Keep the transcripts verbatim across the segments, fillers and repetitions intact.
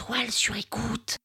toile sur écoute.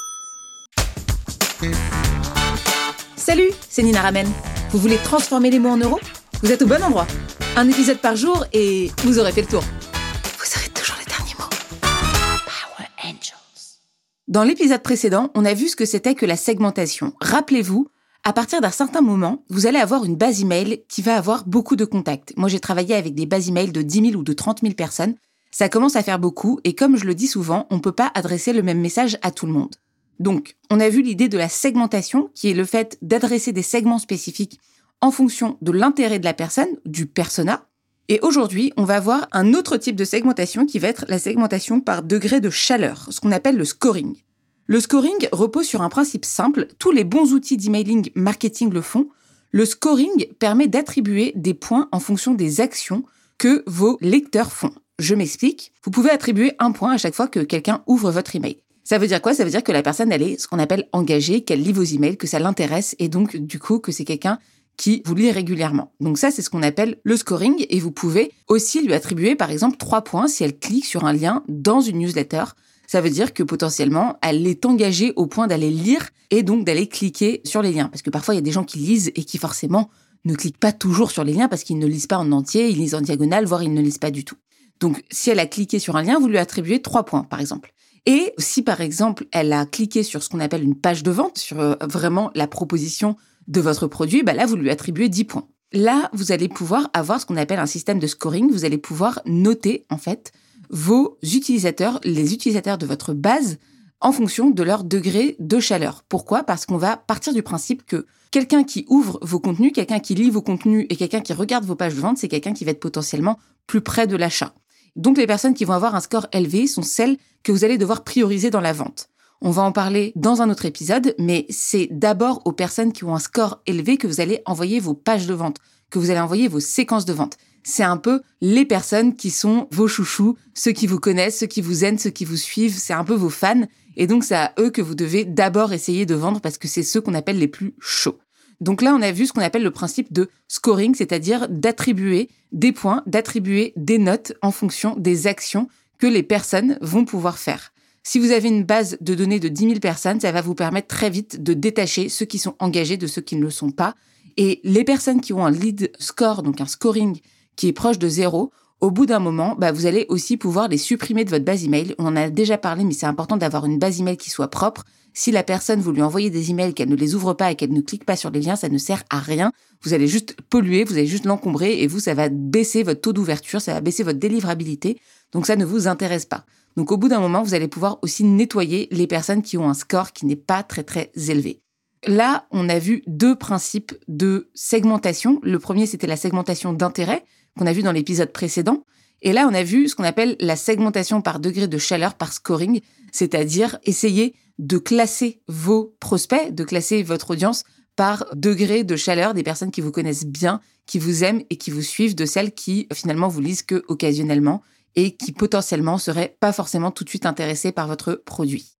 Salut, c'est Nina Ramen. Vous voulez transformer les mots en euros ? Vous êtes au bon endroit. Un épisode par jour et vous aurez fait le tour. Vous aurez toujours les derniers mots. Power Angels. Dans l'épisode précédent, on a vu ce que c'était que la segmentation. Rappelez-vous, à partir d'un certain moment, vous allez avoir une base email qui va avoir beaucoup de contacts. Moi, j'ai travaillé avec des bases email de dix mille ou de trente mille personnes. Ça commence à faire beaucoup et comme je le dis souvent, on ne peut pas adresser le même message à tout le monde. Donc, on a vu l'idée de la segmentation, qui est le fait d'adresser des segments spécifiques en fonction de l'intérêt de la personne, du persona. Et aujourd'hui, on va voir un autre type de segmentation qui va être la segmentation par degré de chaleur, ce qu'on appelle le scoring. Le scoring repose sur un principe simple, tous les bons outils d'emailing marketing le font. Le scoring permet d'attribuer des points en fonction des actions que vos lecteurs font. Je m'explique, vous pouvez attribuer un point à chaque fois que quelqu'un ouvre votre email. Ça veut dire quoi ? Ça veut dire que la personne, elle est ce qu'on appelle engagée, qu'elle lit vos emails, que ça l'intéresse et donc du coup que c'est quelqu'un qui vous lit régulièrement. Donc ça, c'est ce qu'on appelle le scoring et vous pouvez aussi lui attribuer par exemple trois points si elle clique sur un lien dans une newsletter. Ça veut dire que potentiellement, elle est engagée au point d'aller lire et donc d'aller cliquer sur les liens. Parce que parfois, il y a des gens qui lisent et qui forcément ne cliquent pas toujours sur les liens parce qu'ils ne lisent pas en entier, ils lisent en diagonale, voire ils ne lisent pas du tout. Donc si elle a cliqué sur un lien, vous lui attribuez trois points par exemple. Et si, par exemple, elle a cliqué sur ce qu'on appelle une page de vente, sur euh, vraiment la proposition de votre produit, bah là, vous lui attribuez dix points. Là, vous allez pouvoir avoir ce qu'on appelle un système de scoring. Vous allez pouvoir noter, en fait, vos utilisateurs, les utilisateurs de votre base, en fonction de leur degré de chaleur. Pourquoi ? Parce qu'on va partir du principe que quelqu'un qui ouvre vos contenus, quelqu'un qui lit vos contenus et quelqu'un qui regarde vos pages de vente, c'est quelqu'un qui va être potentiellement plus près de l'achat. Donc, les personnes qui vont avoir un score élevé sont celles que vous allez devoir prioriser dans la vente. On va en parler dans un autre épisode, mais c'est d'abord aux personnes qui ont un score élevé que vous allez envoyer vos pages de vente, que vous allez envoyer vos séquences de vente. C'est un peu les personnes qui sont vos chouchous, ceux qui vous connaissent, ceux qui vous aiment, ceux qui vous suivent, c'est un peu vos fans. Et donc, c'est à eux que vous devez d'abord essayer de vendre parce que c'est ceux qu'on appelle les plus chauds. Donc là, on a vu ce qu'on appelle le principe de scoring, c'est-à-dire d'attribuer des points, d'attribuer des notes en fonction des actions que les personnes vont pouvoir faire. Si vous avez une base de données de dix mille personnes, ça va vous permettre très vite de détacher ceux qui sont engagés de ceux qui ne le sont pas. Et les personnes qui ont un lead score, donc un scoring qui est proche de zéro, au bout d'un moment, bah, vous allez aussi pouvoir les supprimer de votre base email. On en a déjà parlé, mais c'est important d'avoir une base email qui soit propre. Si la personne, vous lui envoyez des emails, qu'elle ne les ouvre pas et qu'elle ne clique pas sur les liens, ça ne sert à rien. Vous allez juste polluer, vous allez juste l'encombrer et vous, ça va baisser votre taux d'ouverture, ça va baisser votre délivrabilité. Donc ça ne vous intéresse pas. Donc au bout d'un moment, vous allez pouvoir aussi nettoyer les personnes qui ont un score qui n'est pas très très élevé. Là, on a vu deux principes de segmentation. Le premier, c'était la segmentation d'intérêt qu'on a vu dans l'épisode précédent. Et là, on a vu ce qu'on appelle la segmentation par degré de chaleur, par scoring, c'est-à-dire essayer de classer vos prospects, de classer votre audience par degré de chaleur des personnes qui vous connaissent bien, qui vous aiment et qui vous suivent, de celles qui finalement vous lisent que occasionnellement et qui potentiellement seraient pas forcément tout de suite intéressées par votre produit.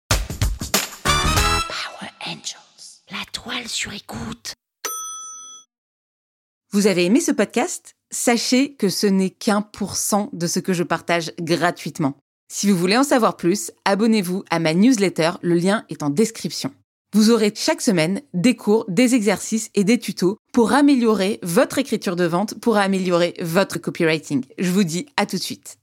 Power Angels. La toile sur écoute. Vous avez aimé ce podcast ? Sachez que ce n'est qu'un pour cent de ce que je partage gratuitement. Si vous voulez en savoir plus, abonnez-vous à ma newsletter, le lien est en description. Vous aurez chaque semaine des cours, des exercices et des tutos pour améliorer votre écriture de vente, pour améliorer votre copywriting. Je vous dis à tout de suite.